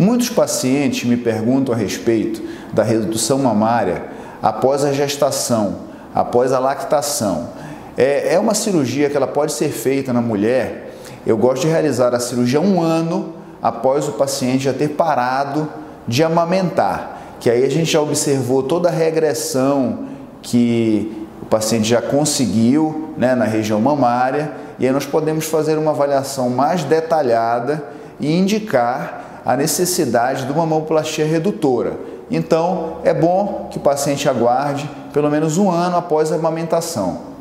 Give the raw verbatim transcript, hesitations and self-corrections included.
Muitos pacientes me perguntam a respeito da redução mamária após a gestação, após a lactação. É, é uma cirurgia que ela pode ser feita na mulher. Eu gosto de realizar a cirurgia um ano após o paciente já ter parado de amamentar, que aí a gente já observou toda a regressão que o paciente já conseguiu, né, na região mamária, e aí nós podemos fazer uma avaliação mais detalhada e indicar a necessidade de uma mamoplastia redutora. Então, é bom que o paciente aguarde pelo menos um ano após a amamentação.